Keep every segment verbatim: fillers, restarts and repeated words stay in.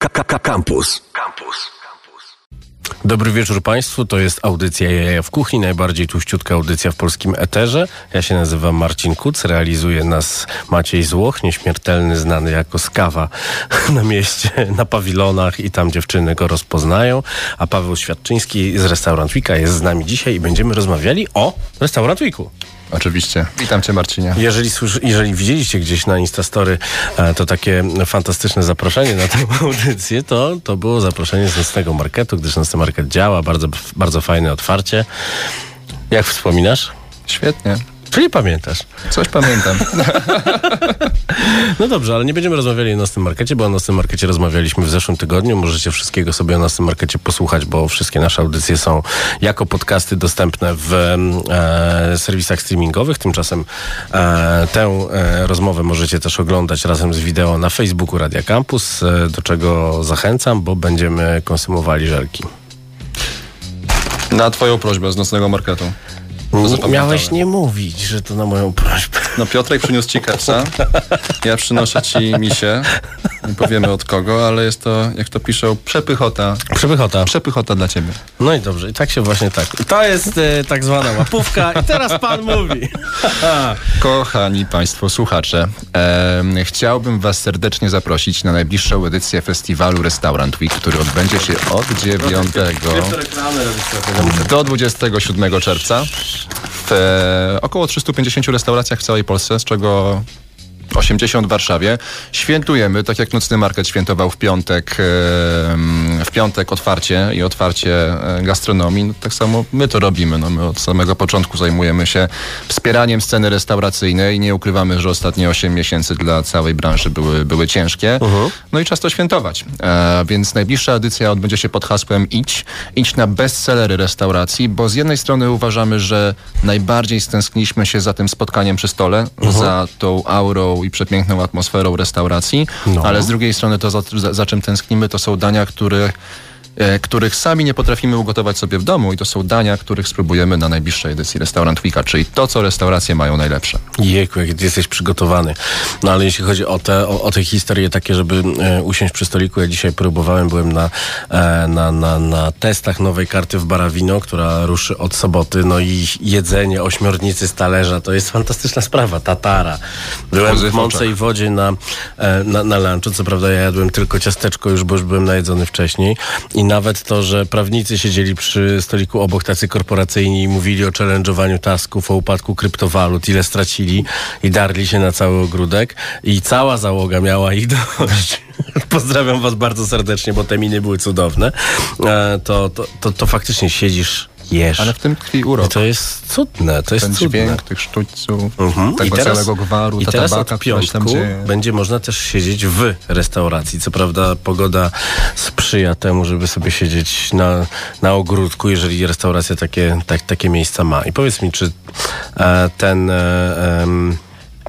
Campus. Campus. Dobry wieczór Państwu, to jest audycja Jaja w Kuchni, najbardziej tuściutka audycja w polskim eterze. Ja się nazywam Marcin Kuc, realizuje nas Maciej Złoch, nieśmiertelny, znany jako Skawa na mieście, na pawilonach i tam dziewczyny go rozpoznają. A Paweł Świadczyński z Restaurant Weeka jest z nami dzisiaj i będziemy rozmawiali o Restaurant Weeku. Oczywiście. Witam Cię, Marcinie. Jeżeli, słyszy, jeżeli widzieliście gdzieś na Instastory e, to takie fantastyczne zaproszenie na tę audycję, to, to było zaproszenie z Nocnego Marketu, gdyż Nocny Market działa, bardzo, bardzo fajne otwarcie. Jak wspominasz? Świetnie. Czyli pamiętasz? Coś pamiętam. No dobrze, ale nie będziemy rozmawiali o Nocnym Markecie, bo o Nocnym Markecie rozmawialiśmy w zeszłym tygodniu. Możecie wszystkiego sobie o Nocnym Markecie posłuchać, bo wszystkie nasze audycje są jako podcasty dostępne w e, serwisach streamingowych. Tymczasem e, tę e, rozmowę możecie też oglądać razem z wideo na Facebooku Radia Campus, e, do czego zachęcam, bo będziemy konsumowali żelki. Na Twoją prośbę z Nocnego Marketu. Nie, miałeś nie mówić, że to na moją prośbę. No Piotrek przyniósł Ci kepsa, ja przynoszę Ci misie. Nie powiemy od kogo, ale jest to, jak to piszą, przepychota. Przepychota. Przepychota dla Ciebie. No i dobrze, i tak się właśnie tak. To jest e, tak zwana łapówka i teraz Pan mówi. Kochani Państwo słuchacze, e, chciałbym Was serdecznie zaprosić na najbliższą edycję festiwalu Restaurant Week, który odbędzie się od dziewiątego do dwudziestego siódmego czerwca w e, około trzystu pięćdziesięciu restauracjach w całej Polsce, z czego osiemdziesiąt w Warszawie. Świętujemy, tak jak Nocny Market świętował w piątek, w piątek otwarcie i otwarcie gastronomii. No, tak samo my to robimy. No, my od samego początku zajmujemy się wspieraniem sceny restauracyjnej i nie ukrywamy, że ostatnie osiem miesięcy dla całej branży były, były ciężkie. Uh-huh. No i czas to świętować. E, więc najbliższa edycja odbędzie się pod hasłem Idź. Idź na bestsellery restauracji, bo z jednej strony uważamy, że najbardziej stęskniliśmy się za tym spotkaniem przy stole, uh-huh. za tą aurą i przepiękną atmosferą restauracji, no. Ale z drugiej strony to, za, za, za czym tęsknimy, to są dania, które, e, których sami nie potrafimy ugotować sobie w domu i to są dania, których spróbujemy na najbliższej edycji Restaurant Weeka, czyli to, co restauracje mają najlepsze. Jejku, jak ty jesteś przygotowany. No ale jeśli chodzi o te, o, o te historie takie, żeby e, usiąść przy stoliku, ja dzisiaj próbowałem, byłem na, e, na, na, na testach nowej karty w Barawino, która ruszy od soboty, no i jedzenie ośmiornicy z talerza, to jest fantastyczna sprawa, tatara. Byłem w Mące i Wodzie na, e, na, na lunchu, co prawda ja jadłem tylko ciasteczko już, bo już byłem najedzony wcześniej i nawet to, że prawnicy siedzieli przy stoliku obok, tacy korporacyjni i mówili o challenge'owaniu tasków, o upadku kryptowalut, ile stracili i darli się na cały ogródek i cała załoga miała ich dość. Pozdrawiam was bardzo serdecznie, bo te miny były cudowne. E, to, to, to, to faktycznie siedzisz, jesz. Ale w tym tkwi urok. I to jest cudne, to jest ten cudne. dźwięk tych sztućców, uh-huh. tego teraz, całego gwaru, i ta teraz tabaka, od piątku będzie można też siedzieć w restauracji. Co prawda pogoda sprzyja temu, żeby sobie siedzieć na, na ogródku, jeżeli restauracja takie, tak, takie miejsca ma. I powiedz mi, czy e, ten... E, um,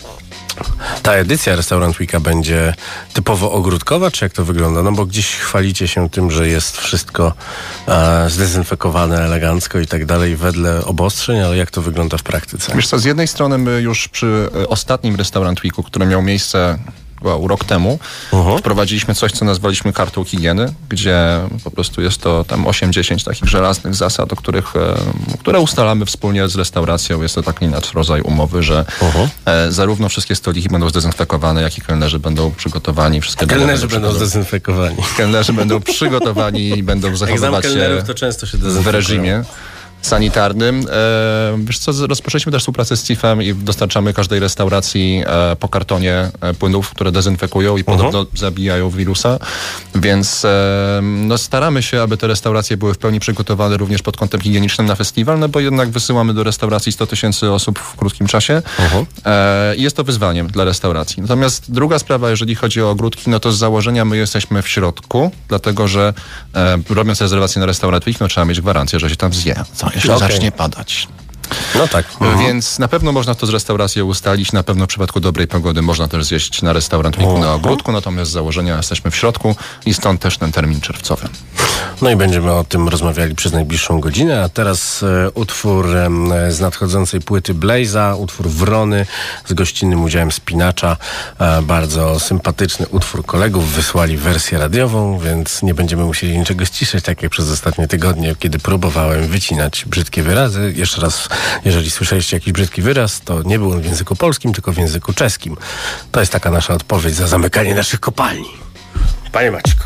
ta edycja Restaurant Weeka będzie typowo ogródkowa, czy jak to wygląda? No bo gdzieś chwalicie się tym, że jest wszystko e, zdezynfekowane elegancko i tak dalej wedle obostrzeń, ale jak to wygląda w praktyce? Wiesz co, z jednej strony my już przy ostatnim Restaurant Weeku, który miał miejsce wow, rok temu, uh-huh. wprowadziliśmy coś, co nazwaliśmy kartą higieny, gdzie po prostu jest to tam osiem dziesięć takich żelaznych zasad, o których, e, które ustalamy wspólnie z restauracją. Jest to taki nasz rodzaj umowy, że uh-huh. e, zarówno wszystkie stoliki będą zdezynfekowane, jak i kelnerzy będą przygotowani. Wszystkie kelnerzy będą zdezynfekowani. Kelnerzy będą przygotowani i będą zachowywać się to często się w reżimie sanitarnym. E, wiesz co, rozpoczęliśmy też współpracę z C I F-em i dostarczamy każdej restauracji e, po kartonie e, płynów, które dezynfekują i uh-huh. podobno zabijają wirusa, więc e, no, staramy się, aby te restauracje były w pełni przygotowane również pod kątem higienicznym na festiwal, no bo jednak wysyłamy do restauracji sto tysięcy osób w krótkim czasie uh-huh. e, i jest to wyzwaniem dla restauracji. Natomiast druga sprawa, jeżeli chodzi o ogródki, no to z założenia my jesteśmy w środku, dlatego że e, robiąc rezerwację na Restaurant Week, no trzeba mieć gwarancję, że się tam zje. Co jeśli okay. zacznie padać? No tak. Mhm. Więc na pewno można to z restauracją ustalić, na pewno w przypadku dobrej pogody można też zjeść na Restaurant Weeku na ogródku, natomiast z założenia jesteśmy w środku i stąd też ten termin czerwcowy. No i będziemy o tym rozmawiali przez najbliższą godzinę, a teraz e, utwór e, z nadchodzącej płyty Blaze'a, utwór Wrony z gościnnym udziałem Spinacza. E, bardzo sympatyczny utwór kolegów, wysłali wersję radiową, więc nie będziemy musieli niczego ściszać, tak jak przez ostatnie tygodnie, kiedy próbowałem wycinać brzydkie wyrazy. Jeszcze raz, jeżeli słyszeliście jakiś brzydki wyraz, to nie był on w języku polskim, tylko w języku czeskim. To jest taka nasza odpowiedź za zamykanie naszych kopalni. Panie Maćku.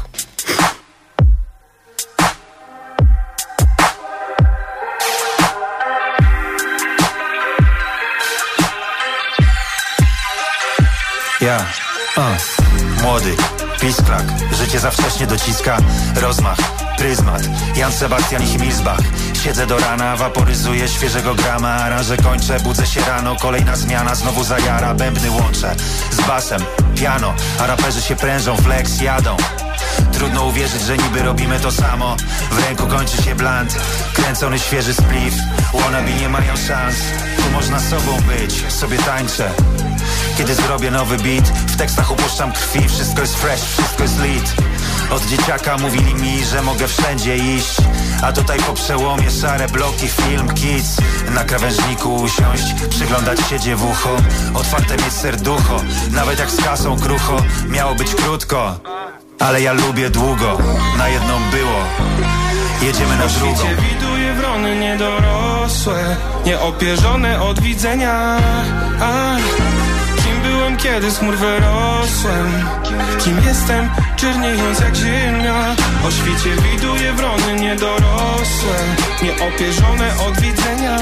Ja, a, młody, pisklak, życie za wcześnie dociska, rozmach, pryzmat, Jan Sebastian i Himmelsbach. Siedzę do rana, waporyzuję świeżego grama, aranże kończę, budzę się rano, kolejna zmiana, znowu zajara, bębny łączę z basem, piano, a raperzy się prężą, flex jadą. Trudno uwierzyć, że niby robimy to samo. W ręku kończy się blunt, kręcony świeży spliff. Wannabe nie mają szans, tu można sobą być, sobie tańczę. Kiedy zrobię nowy beat, w tekstach upuszczam krwi. Wszystko jest fresh, wszystko jest lit. Od dzieciaka mówili mi, że mogę wszędzie iść, a tutaj po przełomie szare bloki, film, kids. Na krawężniku usiąść, przyglądać się dziewucho, otwarte mieć serducho, nawet jak z kasą krucho. Miało być krótko, ale ja lubię długo. Na jedną było, jedziemy na drugą. Po świecie widuję wrony niedorosłe, nieopierzone od widzenia. A, kim byłem, kiedy z chmur wyrosłem? Kim jestem, czerniejąc jak ziemia? O świecie widuję wrony niedorosłe, nieopierzone od widzenia.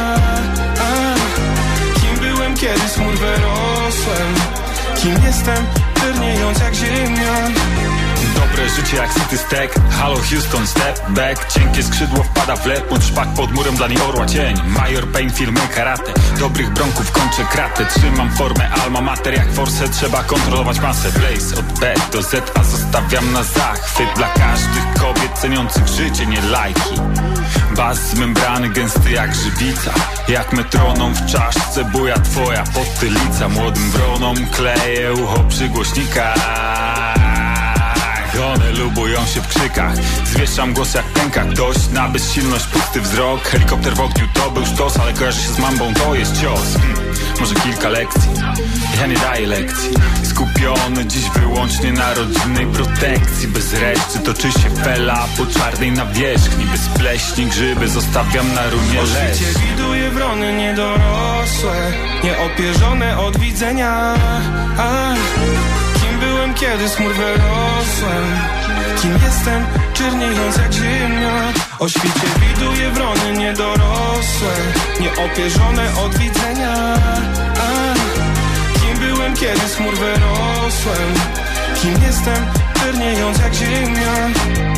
A, kim byłem, kiedy z chmur wyrosłem? Kim jestem, czerniejąc jak ziemia? Dobre życie jak City Stack, halo Houston, step back. Cienkie skrzydło wpada w lep, bądź szpak pod murem dla niej orła cień. Major Pain, filmy karate, dobrych bronków kończę kratę. Trzymam formę alma mater jak forsę, trzeba kontrolować masę. Blaze od B do Z, a zostawiam na zachwyt dla każdych kobiet ceniących życie, nie lajki. Bas z membrany gęsty jak żywica, jak metronom w czaszce buja twoja potylica. Młodym wronom kleję ucho przy głośnikach. One lubują się w krzykach, zwieszam głos jak pęka ktoś. Na bezsilność pusty wzrok, helikopter w ogniu to był sztos, ale kojarzy się z mambą, to jest cios. hmm, Może kilka lekcji, ja nie daję lekcji. Skupiony dziś wyłącznie na rodzinnej protekcji. Bez reszty toczy się fela po czarnej nawierzchni. Bez pleśni grzyby zostawiam na runie leś. O świecie widuję wrony niedorosłe, nieopierzone od widzenia. A, byłem, kiedy z chmur wyrosłem? Kim jestem, czerniejąc jak ziemia? O świecie widuję wrony niedorosłe, nieopierzone od widzenia. A, kim byłem, kiedy z chmur wyrosłem? Kim jestem, czerniejąc jak ziemia?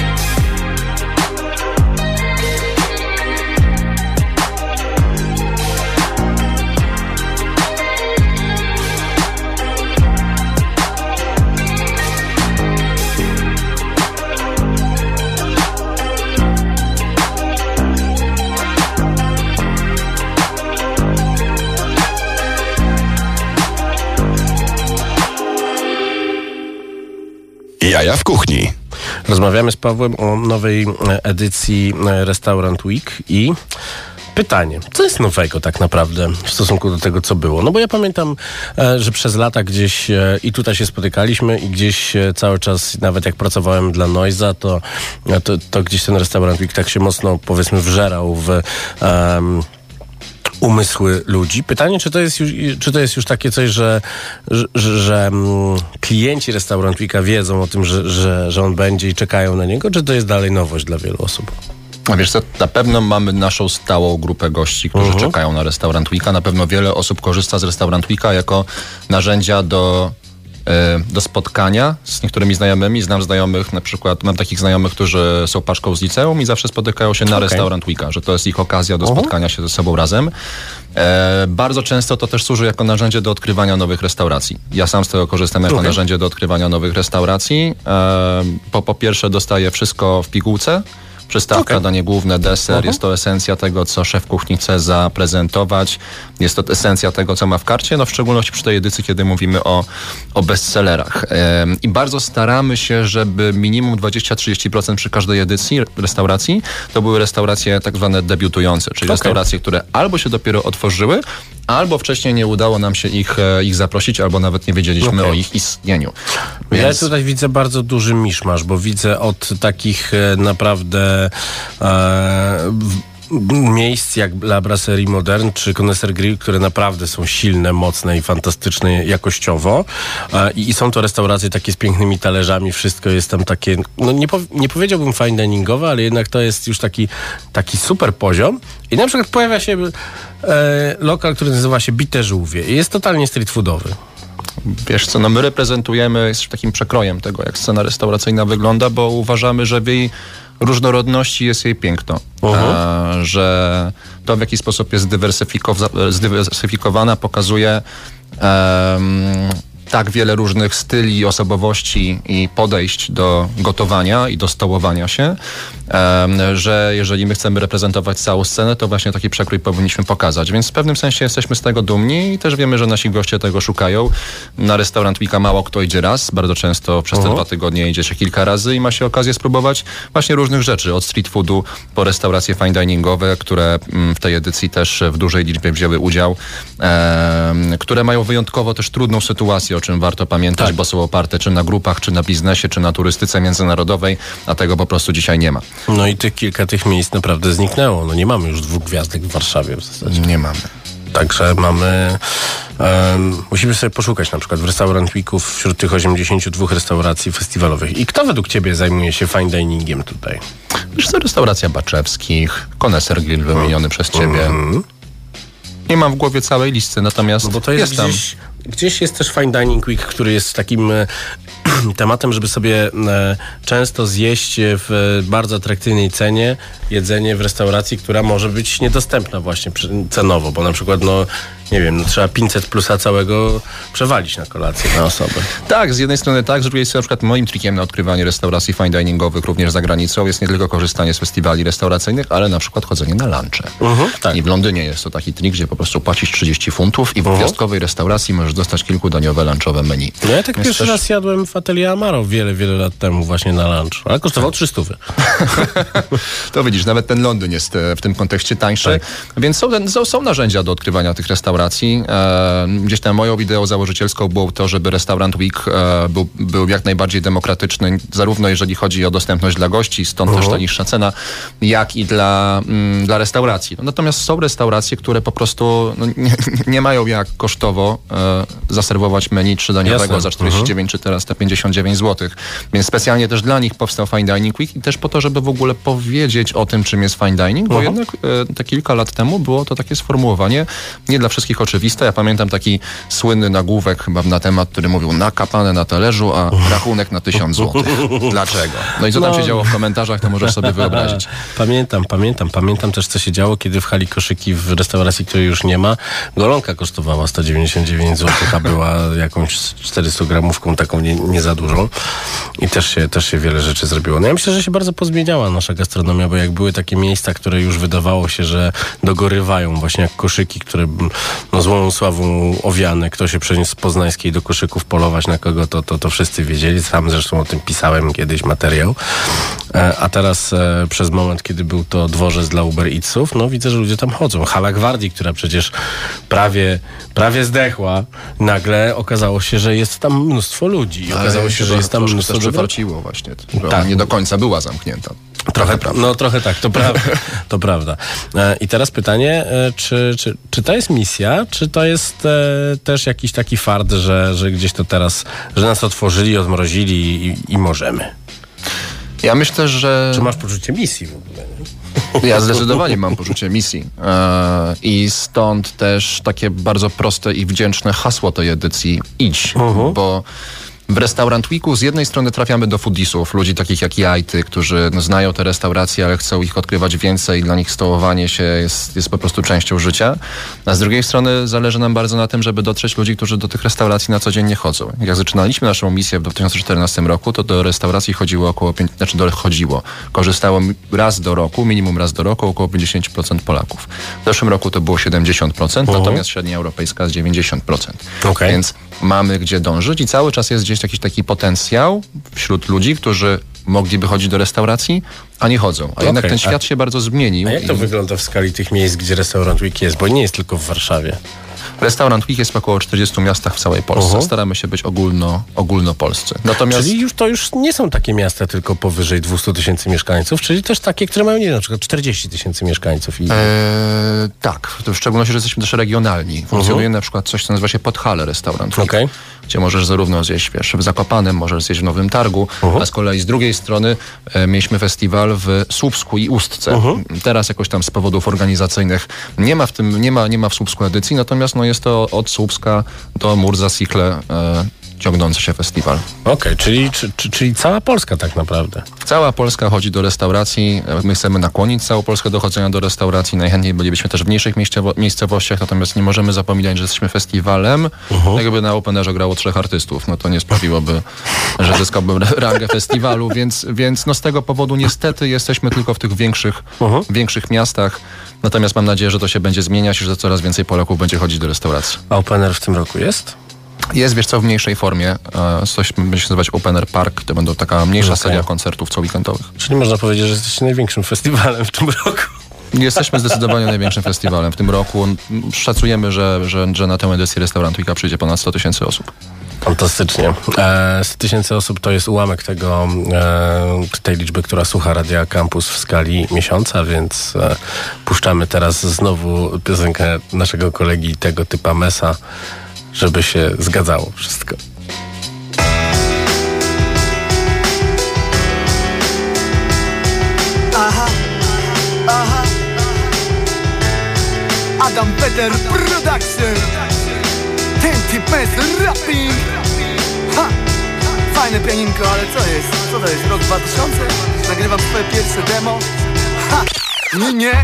Jaja w kuchni. Rozmawiamy z Pawłem o nowej edycji Restaurant Week i pytanie, co jest nowego tak naprawdę w stosunku do tego, co było? No bo ja pamiętam, że przez lata gdzieś i tutaj się spotykaliśmy i gdzieś cały czas, nawet jak pracowałem dla Noiza, to, to, to gdzieś ten Restaurant Week tak się mocno, powiedzmy, wżerał w... Um, umysły ludzi. Pytanie, czy to jest już, czy to jest już takie coś, że, że, że um, klienci Restaurant Weeka wiedzą o tym, że, że, że on będzie i czekają na niego, czy to jest dalej nowość dla wielu osób? A wiesz co, na pewno mamy naszą stałą grupę gości, którzy uh-huh. czekają na Restaurant Weeka. Na pewno wiele osób korzysta z Restaurant Weeka jako narzędzia do do spotkania z niektórymi znajomymi. Znam znajomych, na przykład mam takich znajomych, którzy są paczką z liceum i zawsze spotykają się na okay. Restaurant Weeka, że to jest ich okazja do uh-huh. spotkania się ze sobą razem. E, bardzo często to też służy jako narzędzie do odkrywania nowych restauracji. Ja sam z tego korzystam jako okay. narzędzie do odkrywania nowych restauracji. E, po, po pierwsze dostaję wszystko w pigułce, Przystawka, Okay. danie główne, deser. Uh-huh. Jest to esencja tego, co szef kuchni chce zaprezentować. Jest to esencja tego, co ma w karcie, no w szczególności przy tej edycji, kiedy mówimy o, o bestsellerach. Ym, I bardzo staramy się, żeby minimum dwadzieścia do trzydziestu procent przy każdej edycji restauracji to były restauracje tak zwane debiutujące, czyli Okay. restauracje, które albo się dopiero otworzyły, albo wcześniej nie udało nam się ich, ich zaprosić, albo nawet nie wiedzieliśmy Okay. o ich istnieniu. Więc... Ja tutaj widzę bardzo duży miszmasz, bo widzę od takich e, naprawdę e, miejsc jak La Brasserie Moderne czy Connoisseur Grill, które naprawdę są silne, mocne i fantastyczne jakościowo. E, i, I są to restauracje takie z pięknymi talerzami, wszystko jest tam takie, no nie, po, nie powiedziałbym fine diningowe, ale jednak to jest już taki, taki super poziom. I na przykład pojawia się e, lokal, który nazywa się Bite Żółwie i jest totalnie street foodowy. Wiesz co, no my reprezentujemy, jest takim przekrojem tego, jak scena restauracyjna wygląda, bo uważamy, że w jej różnorodności jest jej piękno. Uh-huh. A, że to, w jaki sposób jest zdywersyfikowa- zdywersyfikowana, pokazuje um, tak wiele różnych styli, osobowości i podejść do gotowania i do stołowania się, um, że jeżeli my chcemy reprezentować całą scenę, to właśnie taki przekrój powinniśmy pokazać. Więc w pewnym sensie jesteśmy z tego dumni i też wiemy, że nasi goście tego szukają. Na restaurant Weeka mało kto idzie raz, bardzo często przez te Uh-huh. dwa tygodnie idzie się kilka razy i ma się okazję spróbować właśnie różnych rzeczy, od street foodu po restauracje fine diningowe, które mm, w tej edycji też w dużej liczbie wzięły udział, em, które mają wyjątkowo też trudną sytuację, o czym warto pamiętać, Tak. bo są oparte czy na grupach, czy na biznesie, czy na turystyce międzynarodowej, a tego po prostu dzisiaj nie ma. No i tych kilka tych miejsc naprawdę zniknęło. No nie mamy już dwóch gwiazdek w Warszawie w zasadzie. Nie mamy. Także mamy... Um, musimy sobie poszukać na przykład w Restaurant Weeku wśród tych osiemdziesięciu dwóch restauracji festiwalowych. I kto według ciebie zajmuje się fine diningiem tutaj? Wiesz co, restauracja Baczewskich, Connoisseur Grill wymieniony przez ciebie. Mhm. Nie mam w głowie całej listy, natomiast No bo to jest, jest tam. gdzieś, gdzieś jest też Fine Dining Week, który jest takim e, tematem, żeby sobie e, często zjeść w e, bardzo atrakcyjnej cenie jedzenie w restauracji, która może być niedostępna właśnie przy, cenowo, bo na przykład no nie wiem, no trzeba pięćset plusa całego przewalić na kolację na osobę. Tak, z jednej strony tak, z drugiej strony na przykład moim trikiem na odkrywanie restauracji fine diningowych również za granicą jest nie tylko korzystanie z festiwali restauracyjnych, ale na przykład chodzenie na lunche. Mhm, tak. I w Londynie jest to taki trik, gdzie po prostu płacisz trzydzieści funtów i w Mhm. gwiazdkowej restauracji możesz dostać kilkudaniowe lunchowe menu. No ja tak Więc pierwszy też- raz jadłem w Atelier Amaro wiele, wiele lat temu właśnie na lunch, ale kosztował trzysta. To widzisz, nawet ten Londyn jest e, w tym kontekście tańszy, Tak. więc są, są, są narzędzia do odkrywania tych restauracji. E, gdzieś tam moją ideą założycielską było to, żeby Restaurant Week e, był, był jak najbardziej demokratyczny, zarówno jeżeli chodzi o dostępność dla gości, stąd też ta niższa cena, jak i dla, mm, dla restauracji. No, natomiast są restauracje, które po prostu no, nie, nie mają jak kosztowo e, zaserwować menu trzydaniowego Jasne. za czterdzieści dziewięć czy teraz te pięćdziesiąt dziewięć złotych. Więc specjalnie też dla nich powstał Fine Dining Week i też po to, żeby w ogóle powiedzieć o tym, czym jest fine dining, bo jednak e, te kilka lat temu było to takie sformułowanie nie dla wszystkich oczywiste. Ja pamiętam taki słynny nagłówek chyba na temat, który mówił nakapane na talerzu, a rachunek na tysiąc złotych. Dlaczego? No i co tam No. się działo w komentarzach, to możesz sobie wyobrazić. Pamiętam, pamiętam. Pamiętam też, co się działo, kiedy w hali koszyki w restauracji, której już nie ma, golonka kosztowała sto dziewięćdziesiąt dziewięć złotych, a była jakąś czterysta gramówką, taką nie, nie za dużą. I też się, też się wiele rzeczy zrobiło. No ja myślę, że się bardzo pozmieniała nasza gastronomia, bo jak były takie miejsca, które już wydawało się, że dogorywają, właśnie jak koszyki, które no, złą sławą owiane, kto się przeniósł z Poznańskiej do koszyków polować na kogo, to, to, to wszyscy wiedzieli. Sam zresztą o tym pisałem kiedyś materiał. E, a teraz e, przez moment, kiedy był to dworzec dla Uber Eatsów, no widzę, że ludzie tam chodzą. Hala Gwardii, która przecież prawie, prawie zdechła, nagle okazało się, że jest tam mnóstwo ludzi. I okazało się, że jest tam troszkę mnóstwo też dobra- przefarciło właśnie, że Tak. ona nie do końca była zamknięta. Trochę, no trochę tak, to prawda. To prawda. E, I teraz pytanie, e, czy, czy, czy to jest misja, czy to jest e, też jakiś taki fart, że, że gdzieś to teraz, że nas otworzyli, odmrozili i, i możemy? Ja myślę, że... Czy masz poczucie misji w ogóle? Nie? Ja zdecydowanie mam poczucie misji e, i stąd też takie bardzo proste i wdzięczne hasło tej edycji idź, Mhm. bo W Restaurant Weeku z jednej strony trafiamy do foodisów, ludzi takich jak ja i ty, którzy no, znają te restauracje, ale chcą ich odkrywać więcej. Dla nich stołowanie się jest, jest po prostu częścią życia. A z drugiej strony zależy nam bardzo na tym, żeby dotrzeć ludzi, którzy do tych restauracji na co dzień nie chodzą. Jak zaczynaliśmy naszą misję w dwa tysiące czternastym roku, to do restauracji chodziło około, znaczy dochodziło, korzystało raz do roku, minimum raz do roku, około pięćdziesiąt procent Polaków. W zeszłym roku to było siedemdziesiąt procent, uh-huh. natomiast średnia europejska jest dziewięćdziesiąt procent. Okay. Więc mamy gdzie dążyć i cały czas jest gdzieś jakiś taki potencjał wśród ludzi, którzy mogliby chodzić do restauracji, a nie chodzą. A okay. jednak ten świat a, się bardzo zmienił. A jak to i... wygląda w skali tych miejsc, gdzie Restaurant Week jest? Bo nie jest tylko w Warszawie. Restaurant Week jest w około czterdziestu miastach w całej Polsce. Uh-huh. Staramy się być ogólno, ogólnopolscy. Natomiast... Czyli już to już nie są takie miasta tylko powyżej dwieście tysięcy mieszkańców, czyli też takie, które mają, nie wiem, na przykład czterdzieści tysięcy mieszkańców. I... Eee, tak, w szczególności, że jesteśmy też regionalni. Funkcjonuje uh-huh. na przykład coś, co nazywa się Podhale Restaurant Week, okay. gdzie możesz zarówno zjeść, wiesz, w Zakopanem, możesz zjeść w Nowym Targu, uh-huh. a z kolei z drugiej strony e, mieliśmy festiwal w Słupsku i Ustce. Uh-huh. Teraz jakoś tam z powodów organizacyjnych nie ma w tym, nie ma, nie ma w Słupsku edycji, natomiast no jest to od Słupska do Murza-Sicle e, ciągnący się festiwal. Okej, okay, czyli, czy, czy, czyli cała Polska tak naprawdę? Cała Polska chodzi do restauracji. My chcemy nakłonić całą Polskę do chodzenia do restauracji. Najchętniej bylibyśmy też w mniejszych miejscowościach, natomiast nie możemy zapominać, że jesteśmy festiwalem. Uh-huh. Jakby na Openerze grało trzech artystów, no to nie sprawiłoby, że zyskałbym rangę festiwalu, więc, więc no z tego powodu niestety jesteśmy tylko w tych większych, uh-huh. większych miastach. Natomiast mam nadzieję, że to się będzie zmieniać i że coraz więcej Polaków będzie chodzić do restauracji. A Opener w tym roku jest? Jest, wiesz co, w mniejszej formie. Coś będzie się nazywać Open Air Park. To będą taka mniejsza okay. seria koncertów co-weekendowych. Czyli można powiedzieć, że jesteście największym festiwalem w tym roku. Jesteśmy zdecydowanie największym festiwalem w tym roku. Szacujemy, że, że, że na tę edycję Restaurant Weeka przyjdzie ponad sto tysięcy osób. Fantastycznie. E, sto tysięcy osób to jest ułamek tego, e, tej liczby, która słucha Radia Campus w skali miesiąca, więc e, puszczamy teraz znowu piosenkę naszego kolegi tego typa Mesa, żeby się zgadzało wszystko. Aha, aha. Adam Peter Production. Ten typ Mes rapping. Ha! Fajne pianinko, ale co jest? Co to jest? Rok dwa tysiące? Nagrywam swoje pierwsze demo. Ha! Nie, nie.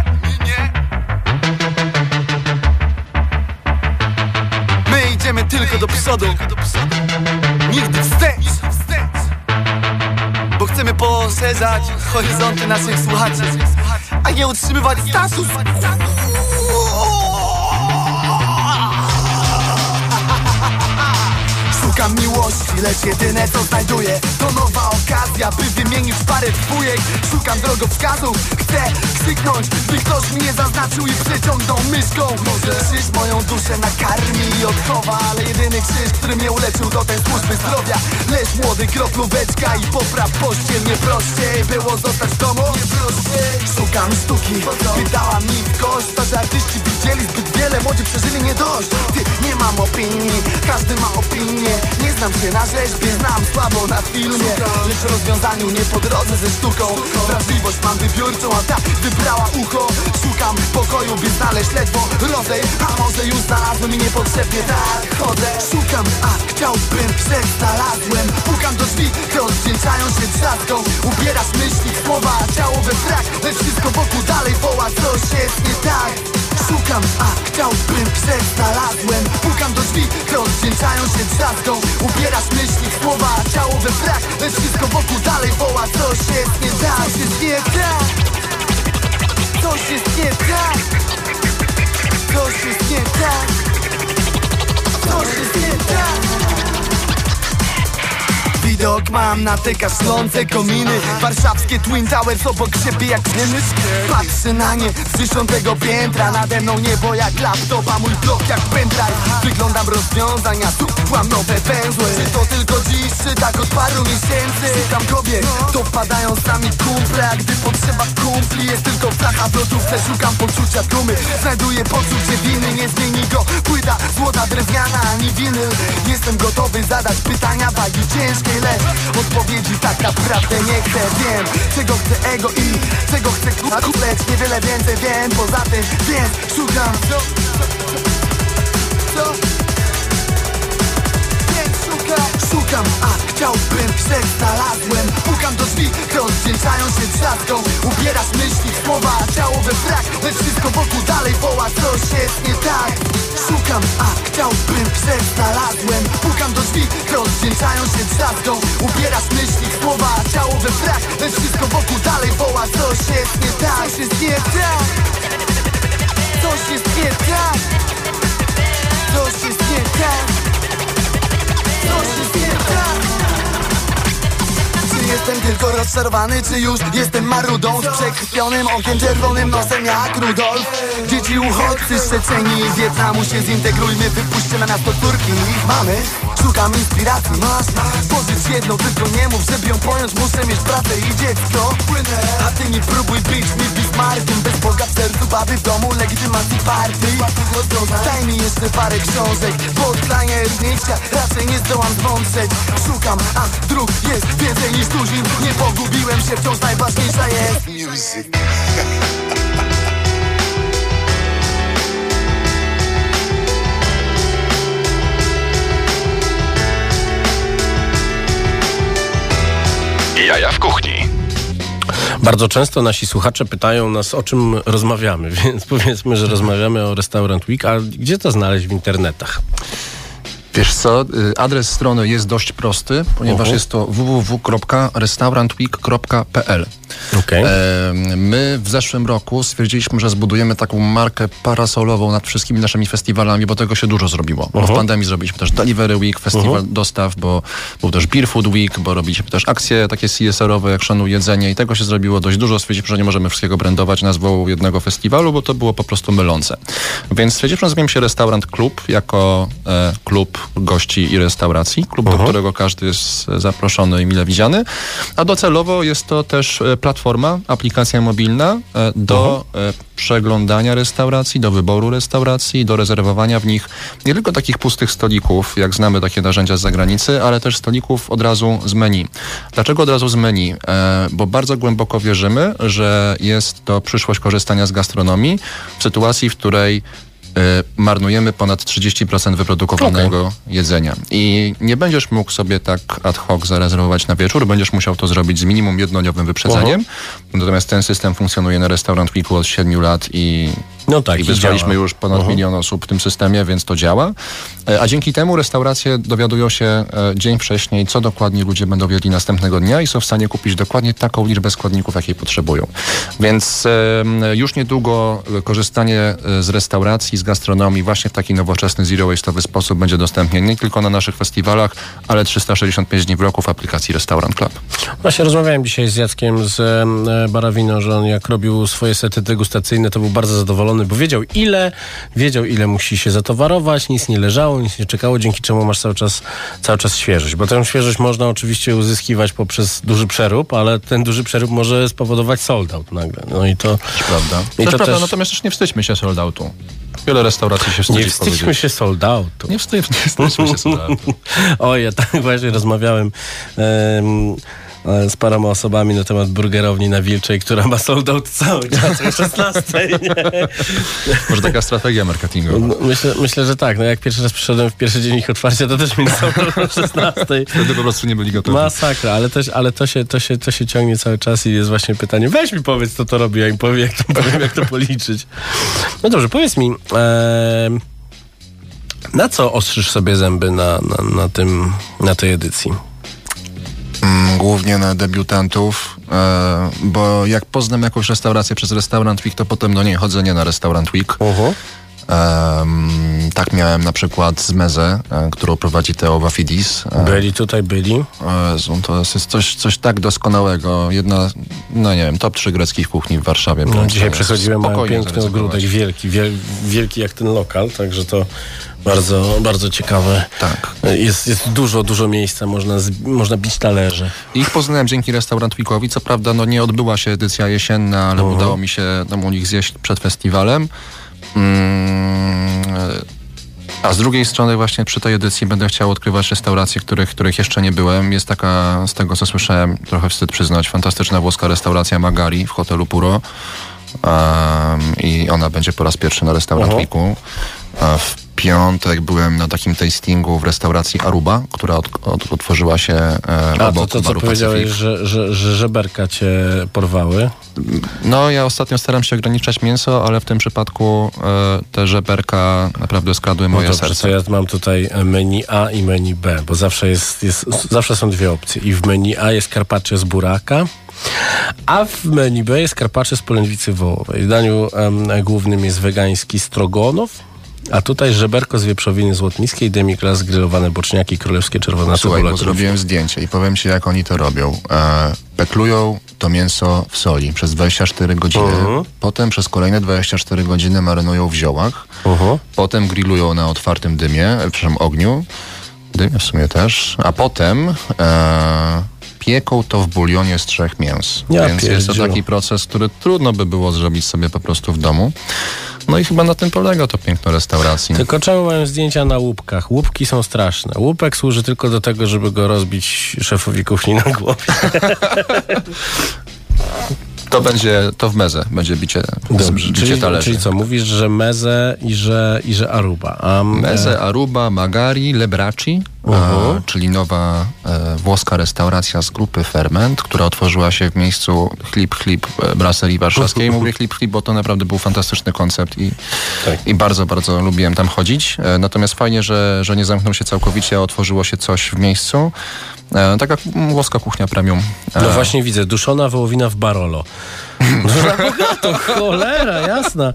My idziemy tylko do przodu. Nigdy wstecz. Bo chcemy poszerzać horyzonty naszych słuchaczy, a nie utrzymywać status. Szukam miłości, lecz jedyne co znajduję to nowa okazja, by wymienić parę dwójek. Szukam drogowskazów, chcę krzyknąć, by ktoś mnie zaznaczył i przeciągnął myszką. Krzyż moją duszę nakarmi i odchowa, ale jedyny krzyż, który mnie uleczył, to ten służby zdrowia. Leż młody, kroplóweczka i popraw pościel. Nie prościej było zostać w domu, nie prościej. Szukam sztuki, pytała mi kość, to że artyści widzieli zbyt wiele, młodzi przeżyli nie dość. Ty, nie mam opinii, każdy ma opinię. Nie znam się na rzeźbie, znam słabo na filmie, lecz w rozwiązaniu nie po drodze ze sztuką. Wrażliwość mam wybiórczą, a ta wybrała ucho. Szukam pokoju, by znaleźć ledwo rodzaj, a może już znalazłem i niepotrzebnie tak chodzę. Szukam, a chciałbym, że znalazłem. Pukam do drzwi, te odwdzięczają się trzaską. Ubierasz myśli, słowa, a ciało we frak, lecz wszystko wokół dalej woła, coś jest nie tak. Szukam, a chciałbym, że znalazłem. Pukam do drzwi, te odwdzięczają się trzaską. Ubierasz myśli, słowa, a ciało we frak, lecz wszystko wokół dalej woła, coś jest nie tak. Coś jest nie tak. Coś jest nie tak. Coś jest nie tak. Coś jest nie tak. Widok mam na te kaszlące kominy. Warszawskie Twin Towers obok siebie jak ziemny. Patrzę na nie z dziesiątego piętra. Nade mną niebo jak laptop, a mój blok jak pendrive. Wyglądam rozwiązania, tu mam nowe węzły. Czy to tylko dziś, czy tak od paru miesięcy? Szukam kobiet, to wpadają sami kumple. A gdy potrzeba kumpli, jest tylko flacha w lotówce. Szukam poczucia dumy, znajduję poczucie winy. Nie zmieni go płyta, złota drewniana ani winyl. Jestem gotowy zadać pytania wagi ciężkiej, lecz odpowiedzi tak naprawdę nie chcę. Wiem, czego chce ego i czego chce klub, lecz niewiele więcej wiem. Poza tym, więc szukam. Co? Co? Więc szukam. Szukam, a chciałbym, że znalazłem. Pukam do drzwi, rozdzielczają się trzaską. Ubierasz myśli w słowa, a ciało we wrak. Lecz wszystko wokół dalej woła, coś jest nie tak. Szukam, a chciałbym, że znalazłem. Pukam do drzwi, rozdzielczają się trzaską. Ubierasz myśli w słowa, a ciało we wrak. Lecz wszystko wokół dalej woła, coś jest nie tak. Coś jest nie tak. Coś jest nie tak. Coś jest nie tak. Coś jest nie tak. Czy jestem tylko rozczarowany, czy już jestem marudą? Z przekrwionym okiem, czerwonym nosem jak Rudolf. Dzieci uchodźcy szczeczeni z Wietnamu, się zintegrujmy, wypuśćcie na miasto córki ich mamy. Szukam inspiracji, masz stworzyć jedno, tylko nie mów, żeby ją pojąć, muszę mieć pracę i dziecko. A ty nie próbuj być mi Bismarckiem, bez Boga w sercu, baby w domu, legitymacji partii. Daj mi jeszcze parę książek, bo od klajernictwa raczej nie zdołam zwątrzeć. Szukam, a dróg jest więcej niż tuzin. Nie pogubiłem się, wciąż najważniejsza jest music. Jaja w kuchni. Bardzo często nasi słuchacze pytają nas, o czym rozmawiamy, więc powiedzmy, że rozmawiamy o Restaurant Week, a gdzie to znaleźć w internetach? Wiesz co, adres strony jest dość prosty, ponieważ uh-huh. jest to w w w kropka restaurantweek kropka p l. Okay. My w zeszłym roku stwierdziliśmy, że zbudujemy taką markę parasolową nad wszystkimi naszymi festiwalami, bo tego się dużo zrobiło. Uh-huh. Bo w pandemii zrobiliśmy też Delivery Week, festiwal uh-huh. dostaw, bo był też Beer Food Week, bo robiliśmy też akcje takie C S R-owe, jak Szanuj Jedzenie i tego się zrobiło dość dużo. Stwierdziliśmy, że nie możemy wszystkiego brandować nazwą jednego festiwalu, bo to było po prostu mylące. Więc stwierdziliśmy, że nazwiemy się Restaurant Klub jako e, klub gości i restauracji. Klub, uh-huh. do którego każdy jest zaproszony i mile widziany. A docelowo jest to też platforma, aplikacja mobilna do uh-huh. przeglądania restauracji, do wyboru restauracji, do rezerwowania w nich nie tylko takich pustych stolików, jak znamy takie narzędzia z zagranicy, ale też stolików od razu z menu. Dlaczego od razu z menu? E, bo bardzo głęboko wierzymy, że jest to przyszłość korzystania z gastronomii w sytuacji, w której marnujemy ponad trzydzieści procent wyprodukowanego okay. jedzenia. I nie będziesz mógł sobie tak ad hoc zarezerwować na wieczór, będziesz musiał to zrobić z minimum jednodniowym wyprzedzeniem. Uh-huh. Natomiast ten system funkcjonuje na Restaurant Weeku od siedmiu lat i No tak, i wyzwaliśmy już ponad uh-huh. milion osób w tym systemie, więc to działa. A dzięki temu restauracje dowiadują się dzień wcześniej, co dokładnie ludzie będą jedli następnego dnia i są w stanie kupić dokładnie taką liczbę składników, jakiej potrzebują. Więc e, już niedługo korzystanie z restauracji, z gastronomii właśnie w taki nowoczesny, zero-waste'owy sposób będzie dostępnie nie tylko na naszych festiwalach, ale trzysta sześćdziesiąt pięć dni w roku w aplikacji Restaurant Club. Właśnie rozmawiałem dzisiaj z Jackiem z e, Barawino, że on jak robił swoje sety degustacyjne, to był bardzo zadowolony, bo wiedział ile, wiedział ile musi się zatowarować, nic nie leżało, nic nie czekało, dzięki czemu masz cały czas, cały czas świeżość. Bo tę świeżość można oczywiście uzyskiwać poprzez duży przerób, ale ten duży przerób może spowodować sold out nagle. No i to... Też prawda. I to to prawda, też... natomiast też nie wstydźmy się sold outu. Wiele restauracji się wstydzi Nie wstydźmy powiedzieć. się sold outu. Nie wstydźmy, nie wstydźmy się sold outu. Oj, ja tak właśnie rozmawiałem um, z paroma osobami na temat burgerowni na Wilczej, która ma sold out cały czas o szesnastej. Nie? Może taka strategia marketingowa. No, myślę, myślę, że tak. No jak pierwszy raz przyszedłem w pierwszy dzień ich otwarcia, to też mieli sold out o szesnastej. Wtedy po prostu nie byli gotowi. Masakra, ale, też, ale to, się, to, się, to się ciągnie cały czas i jest właśnie pytanie, weź mi powiedz, co to robi, ja im powiem, jak to, powiem, jak to policzyć. No dobrze, powiedz mi, e, na co ostrzysz sobie zęby na, na, na, tym, na tej edycji? Głównie na debiutantów, e, bo jak poznam jakąś restaurację przez Restaurant Week, to potem do niej chodzę nie na Restaurant Week. Uh-huh. E, tak miałem na przykład z Mezę, e, którą prowadzi Teo Wafidis. E, byli tutaj, byli. E, to jest coś, coś tak doskonałego. Jedna, no nie wiem, top trzy greckich kuchni w Warszawie. No, dzisiaj przechodziłem, mają piękny ogródek, wielki, wiel, wielki jak ten lokal, także to bardzo, bardzo ciekawe. Tak. Jest, jest dużo, dużo miejsca, można, z, można bić talerze. Ich poznałem dzięki Restaurant Weekowi. Co prawda, no nie odbyła się edycja jesienna, ale uh-huh. udało mi się tam u nich zjeść przed festiwalem. Mm, a z drugiej strony właśnie przy tej edycji będę chciał odkrywać restauracje, których, których jeszcze nie byłem. Jest taka, z tego co słyszałem, trochę wstyd przyznać, fantastyczna włoska restauracja Magari w hotelu Puro. Um, I ona będzie po raz pierwszy na Restaurant uh-huh. Weeku. W piątek byłem na takim tastingu w restauracji Aruba, która od, od, otworzyła się e, A, obok to, to co baru powiedziałeś, Pacyfik. że, że, że żeberka cię porwały? No, ja ostatnio staram się ograniczać mięso, ale w tym przypadku e, te żeberka naprawdę skradły moje No dobrze, serce. to ja mam tutaj menu A i menu B, bo zawsze jest, jest zawsze są dwie opcje. I w menu A jest carpaccio z buraka, a w menu B jest carpaccio z polędwicy wołowej. W daniu um, głównym jest wegański strogonow, a tutaj żeberko z wieprzowiny złotnickiej, demi-glace, grillowane boczniaki, królewskie czerwone Słuchaj, cebula. bo zrobiłem zdjęcie i powiem ci, jak oni to robią. E, peklują to mięso w soli przez dwadzieścia cztery godziny, Uh-huh. potem przez kolejne dwadzieścia cztery godziny marynują w ziołach, Uh-huh. potem grillują na otwartym dymie, e, przepraszam, ogniu, dymie w sumie też, a potem e, pieką to w bulionie z trzech mięs. Ja Więc jest to pierdziu. taki proces, który trudno by było zrobić sobie po prostu w domu. No i chyba na tym polega to piękno restauracji. Tylko czemu mają zdjęcia na łupkach? Łupki są straszne. Łupek służy tylko do tego, żeby go rozbić szefowi kuchni na głowie. To będzie, to w mezę będzie bicie, Dobrze, bicie czyli, talerzy. czyli co, mówisz, że mezę i że, i że Aruba. A, Mezę, Aruba, Magari, Lebraci, Uh-huh. e, czyli nowa e, włoska restauracja z grupy Ferment, która otworzyła się w miejscu Chlip Chlip e, Brasserii Warszawskiej. Mówię Chlip Chlip, bo to naprawdę był fantastyczny koncept i, Tak. i bardzo, bardzo lubiłem tam chodzić. E, natomiast fajnie, że, że nie zamknął się całkowicie, a otworzyło się coś w miejscu. E, taka włoska kuchnia premium. E, No właśnie widzę, duszona wołowina w Barolo. No na bogato, cholera, jasna.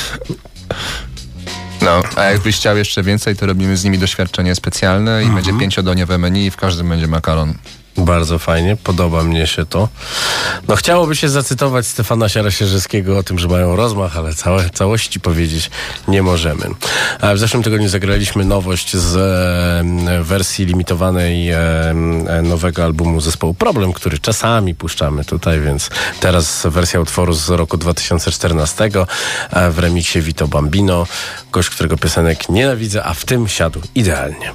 No, a jakbyś chciał jeszcze więcej, to robimy z nimi doświadczenie specjalne i będzie pięciodoniowe menu i w każdym będzie makaron. Bardzo fajnie, podoba mnie się to. No chciałoby się zacytować Stefana Siarasiewskiego o tym, że mają rozmach, ale całe, całości powiedzieć nie możemy. A w zeszłym tygodniu zagraliśmy nowość z e, wersji limitowanej e, nowego albumu zespołu Problem, który czasami puszczamy tutaj, więc teraz wersja utworu z roku dwa tysiące czternastego e, w remiksie Vito Bambino. Gość, którego piosenek nienawidzę, a w tym siadł idealnie.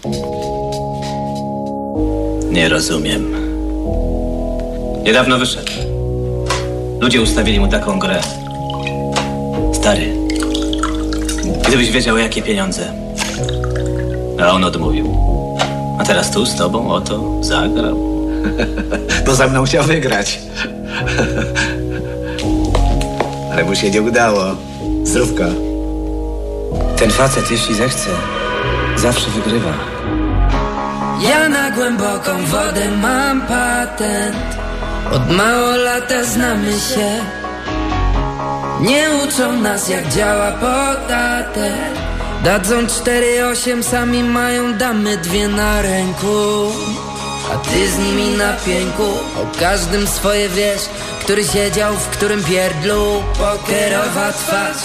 Nie rozumiem. Niedawno wyszedł. Ludzie ustawili mu taką grę. Stary, gdybyś wiedział, jakie pieniądze. A on odmówił. A teraz tu z tobą oto zagrał. Bo ze mną chciał wygrać. Ale mu się nie udało. Zdrówka. Ten facet, jeśli zechce, zawsze wygrywa. Ja na głęboką wodę mam patent. Od mało lata znamy się. Nie uczą nas, jak działa podatek. Dadzą cztery osiem, sami mają damy dwie na ręku. A ty z nimi na pięku. O każdym swoje wiesz, który siedział w którym pierdlu. Pokerowa twarz.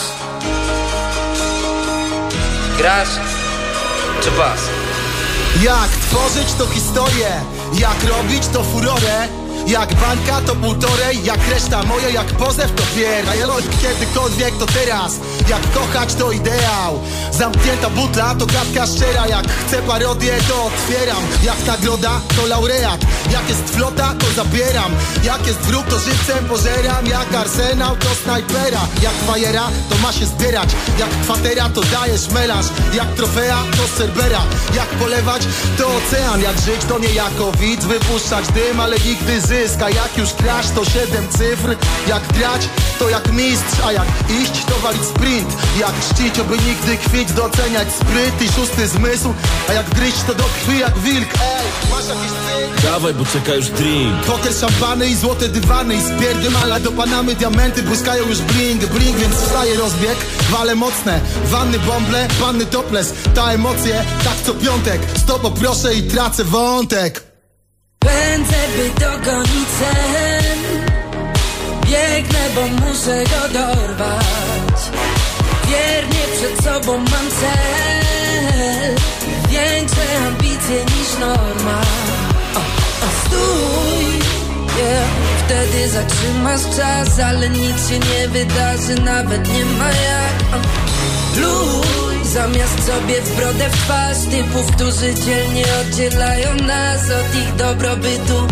Grasz czy pas? Jak tworzyć to historię, jak robić to furorę. Jak bańka to półtorej, jak reszta moja, jak pozew to pier. A ja kiedykolwiek to teraz, jak kochać to ideał. Zamknięta butla to gadka szczera, jak chcę parodię to otwieram. Jak nagroda to laureat, jak jest flota to zabieram. Jak jest wróg to żywcem pożeram, jak arsenał to snajpera. Jak fajera to ma się zbierać, jak kwatera to dajesz melanż. Jak trofea to Cerbera, jak polewać to ocean. Jak żyć to nie jako widz, wypuszczać dym, ale nigdy zysk. A jak już kraść to siedem cyfr. Jak grać to jak mistrz, a jak iść to walić sprint. Jak czcić, oby nigdy kwić, doceniać spryt i szósty zmysł. A jak gryźć to do krwi jak wilk. Ej, masz jakiś cynk? Dawaj, bo czeka już drink. Poker, szampany i złote dywany i spierdym, ale do Panamy diamenty błyskają już bling, bling. Więc wstaje rozbieg, wale mocne, wanny bąble, panny topless. Ta emocje, tak co piątek. Stop, poproszę i tracę wątek. Pędzę, by dogonić sen. Biegnę, bo muszę go dorwać. Wiernie przed sobą mam cel. Większe ambicje niż norma. O, o, stój, yeah. Wtedy zatrzymasz czas, ale nic się nie wydarzy, nawet nie ma jak. O, luj, zamiast sobie w brodę w twarz typów, którzy dzielnie oddzielają nas od ich dobrobytu.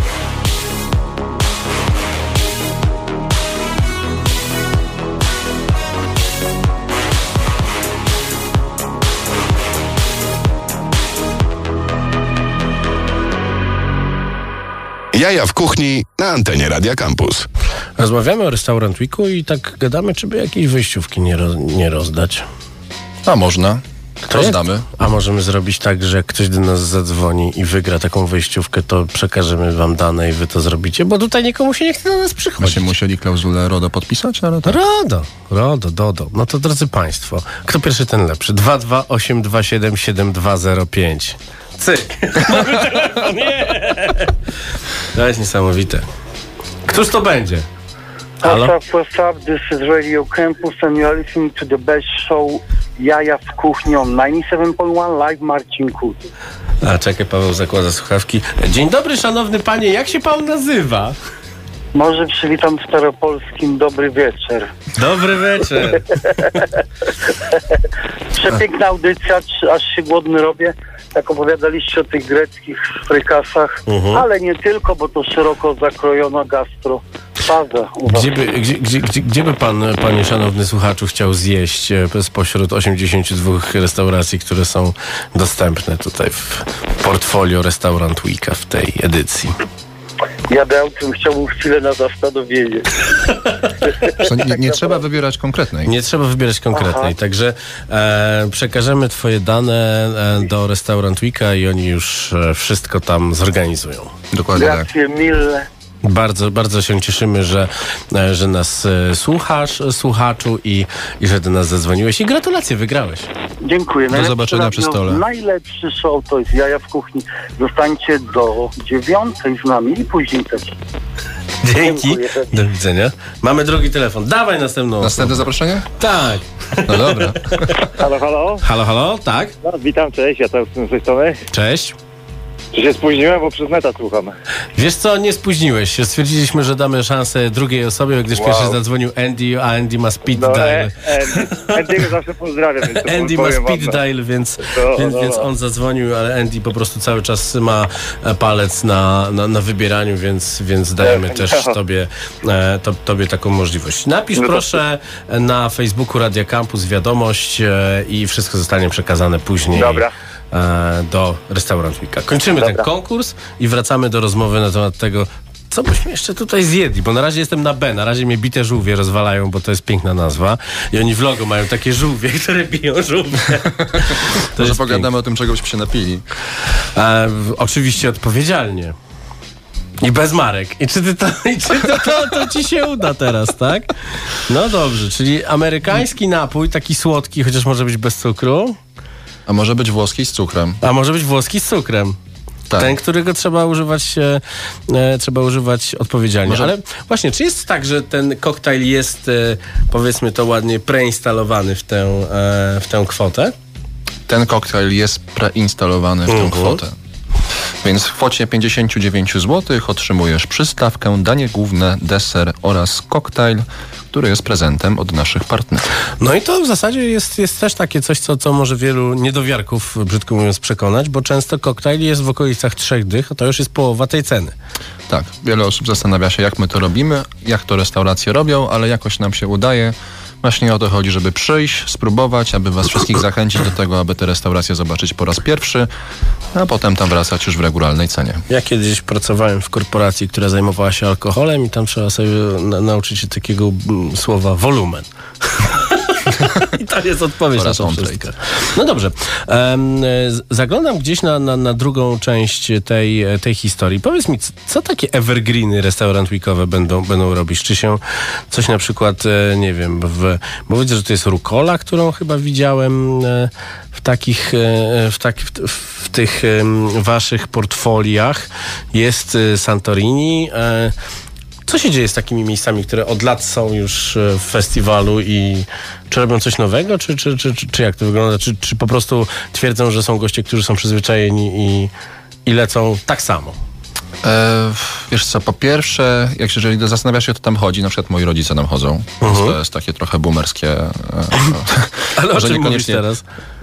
Jaja w kuchni na antenie Radia Campus. Rozmawiamy o Restaurant Weeku i tak gadamy, czy by jakiejś wyjściówki nie, roz, nie rozdać. A można. To rozdamy. Jak? A możemy zrobić tak, że jak ktoś do nas zadzwoni i wygra taką wyjściówkę, to przekażemy wam dane i wy to zrobicie, bo tutaj nikomu się nie chce do nas przychodzić. Myśmy musieli klauzulę RODO podpisać, ale tak. RODO, RODO, DODO. No to drodzy państwo, kto pierwszy, ten lepszy. dwa dwa osiem dwa siedem siedem dwa zero pięć. Cyk. Mamy telefon, nie! To jest niesamowite. Któż to będzie? Halo? What's up, what's up? This is Radio Campus and you are listening to the best show Jaja w kuchni on dziewięćdziesiąt siedem przecinek jeden live Marcin Kut. A czekaj, Paweł zakłada słuchawki. Dzień dobry, szanowny panie, jak się pan nazywa? Może przywitam staropolskim dobry wieczór. Dobry wieczór. Przepiękna audycja, aż się głodny robię. Jak opowiadaliście o tych greckich frykasach, uh-huh. ale nie tylko, bo to szeroko zakrojona gastro. Gdzie by, gdzie, gdzie, gdzie, gdzie by pan, panie szanowny słuchaczu, chciał zjeść spośród osiemdziesięciu dwóch restauracji, które są dostępne tutaj w portfolio Restaurant Weeka w tej edycji? Jadę autem, chciałbym chwilę na zastanowienie. Nie, nie trzeba wybierać konkretnej. Nie trzeba wybierać konkretnej, Aha. także e, przekażemy twoje dane e, do Restaurant Weeka i oni już e, wszystko tam zorganizują. Dokładnie tak. Grazie mille. Bardzo, bardzo się cieszymy, że, że nas słuchasz, słuchaczu i, i że do nas zadzwoniłeś. I gratulacje, wygrałeś. Dziękuję. Do Najlepszy zobaczenia przy stole. Najlepszy show to jest Jaja w kuchni. Zostańcie do dziewiątej z nami i później też. Dzięki. Dziękuję. Do widzenia. Mamy drugi telefon. Dawaj następną. Następne zaproszenie? Tak. No dobra. Halo, halo. Halo, halo, tak? No, witam, cześć, ja tam z tej strony. Cześć. Czy się spóźniłem, bo przez neta słucham. Wiesz co, nie spóźniłeś się. Stwierdziliśmy, że damy szansę drugiej osobie, gdyż wow. pierwszy zadzwonił Andy, a Andy ma speed no, dial. Andy, Andy zawsze pozdrawiam. Andy ma speed dial, więc, no, więc, no, więc on zadzwonił, ale Andy po prostu cały czas ma palec na, na, na wybieraniu, więc, więc dajemy no. też tobie, e, to, tobie taką możliwość. Napisz no proszę to... na Facebooku Radia Campus wiadomość e, i wszystko zostanie przekazane później. Dobra. Do Restaurant Weeka. Kończymy Dobra. ten konkurs i wracamy do rozmowy na temat tego, co byśmy jeszcze tutaj zjedli, bo na razie jestem na B, na razie mnie bite żółwie rozwalają, bo to jest piękna nazwa i oni w logo mają takie żółwie, które biją żółwie. To Może pogadamy piękne. O tym, czego byśmy się napili. E, oczywiście odpowiedzialnie. I bez marek. I czy, ty to, i czy to, to, to ci się uda teraz, tak? No dobrze, czyli amerykański napój, taki słodki, chociaż może być bez cukru. A może być włoski z cukrem. A może być włoski z cukrem. Tak. Ten, którego trzeba używać e, e, trzeba używać odpowiedzialnie. Może... Ale właśnie, czy jest tak, że ten koktajl jest, e, powiedzmy to ładnie, preinstalowany w tę, e, w tę kwotę? Ten koktajl jest preinstalowany w tę uh-huh. kwotę. Więc w kwocie pięćdziesiąt dziewięć złotych otrzymujesz przystawkę, danie główne, deser oraz koktajl, który jest prezentem od naszych partnerów. No i to w zasadzie jest, jest też takie coś, co, co może wielu niedowiarków, brzydko mówiąc, przekonać, bo często koktajl jest w okolicach trzech dych, a to już jest połowa tej ceny. Tak, wiele osób zastanawia się, jak my to robimy, jak to restauracje robią, ale jakoś nam się udaje. Właśnie o to chodzi, żeby przyjść, spróbować, aby was wszystkich zachęcić do tego, aby te restauracje zobaczyć po raz pierwszy, a potem tam wracać już w regularnej cenie. Ja kiedyś pracowałem w korporacji, która zajmowała się alkoholem i tam trzeba sobie na- nauczyć się takiego m, słowa wolumen. I to jest odpowiedź oraz na to wszystko. No dobrze. Um, zaglądam gdzieś na, na, na drugą część tej, tej historii. Powiedz mi, co takie evergreeny Restaurant Weekowe będą, będą robić? Czy się coś na przykład, nie wiem, w, bo widzę, że to jest rukola, którą chyba widziałem w takich, w, tak, w, w tych waszych portfoliach. Jest Santorini. Co się dzieje z takimi miejscami, które od lat są już w festiwalu i czy robią coś nowego, czy, czy, czy, czy, czy jak to wygląda? Czy, czy po prostu twierdzą, że są goście, którzy są przyzwyczajeni i, i lecą tak samo? E, wiesz co, po pierwsze, jak jeżeli zastanawiasz się, o to tam chodzi, na przykład moi rodzice tam chodzą, uh-huh. to jest takie trochę boomerskie. E, Ale o czym mówisz teraz?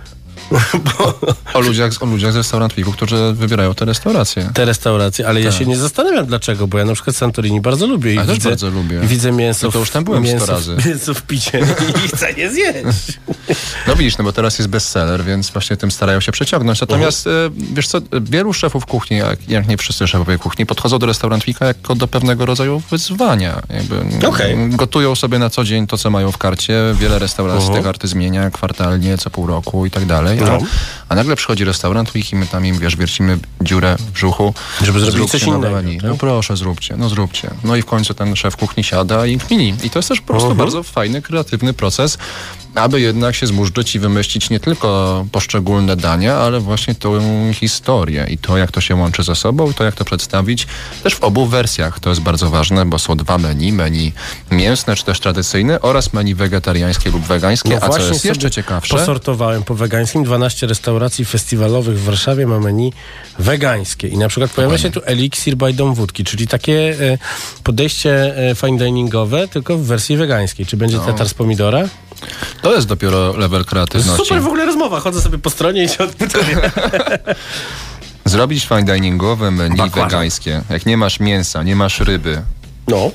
Bo... O ludziach, o ludziach z Restaurant Weeku, którzy wybierają te restauracje. Te restauracje, ale tak. ja się nie zastanawiam dlaczego, bo ja na przykład Santorini bardzo lubię. I ja widzę, też bardzo lubię. Widzę mięso, no to już tam byłem mięso, sto razy. mięso w picie i chcę je zjeść. No widzisz, no bo teraz jest bestseller, więc właśnie tym starają się przeciągnąć. Natomiast uh-huh. wiesz co, wielu szefów kuchni, jak, jak nie wszyscy szefowie kuchni, podchodzą do Restaurant Weeka jako do pewnego rodzaju wyzwania. Jakby okay. Gotują sobie na co dzień to, co mają w karcie. Wiele restauracji uh-huh. te karty zmienia kwartalnie, co pół roku i tak dalej. A, uh-huh. a nagle przychodzi Restaurant Week i my tam im, wiesz, wiercimy dziurę w brzuchu. Żeby zrobić coś innego. Tak? No proszę, zróbcie, no zróbcie. No i w końcu ten szef kuchni siada i kmini. I to jest też po prostu uh-huh. bardzo fajny, kreatywny proces, aby jednak się zmurzyć i wymyślić nie tylko poszczególne dania, ale właśnie tą historię i to, jak to się łączy ze sobą i to, jak to przedstawić też w obu wersjach. To jest bardzo ważne, bo są dwa menu, menu mięsne czy też tradycyjne oraz menu wegetariańskie lub wegańskie, no a co jest jeszcze ciekawsze... Posortowałem po wegańskim, dwanaście restauracji festiwalowych w Warszawie ma menu wegańskie i na przykład pojawia się tu Eliksir by Dom Wódki, czyli takie e, podejście e, fine diningowe, tylko w wersji wegańskiej. Czy będzie no. tatar z pomidora? To jest dopiero level kreatywności. Super w ogóle rozmowa. Chodzę sobie po stronie i się odpytuję. Zrobić fine diningowe menu Bakłażan. wegańskie. Jak nie masz mięsa, nie masz ryby. No.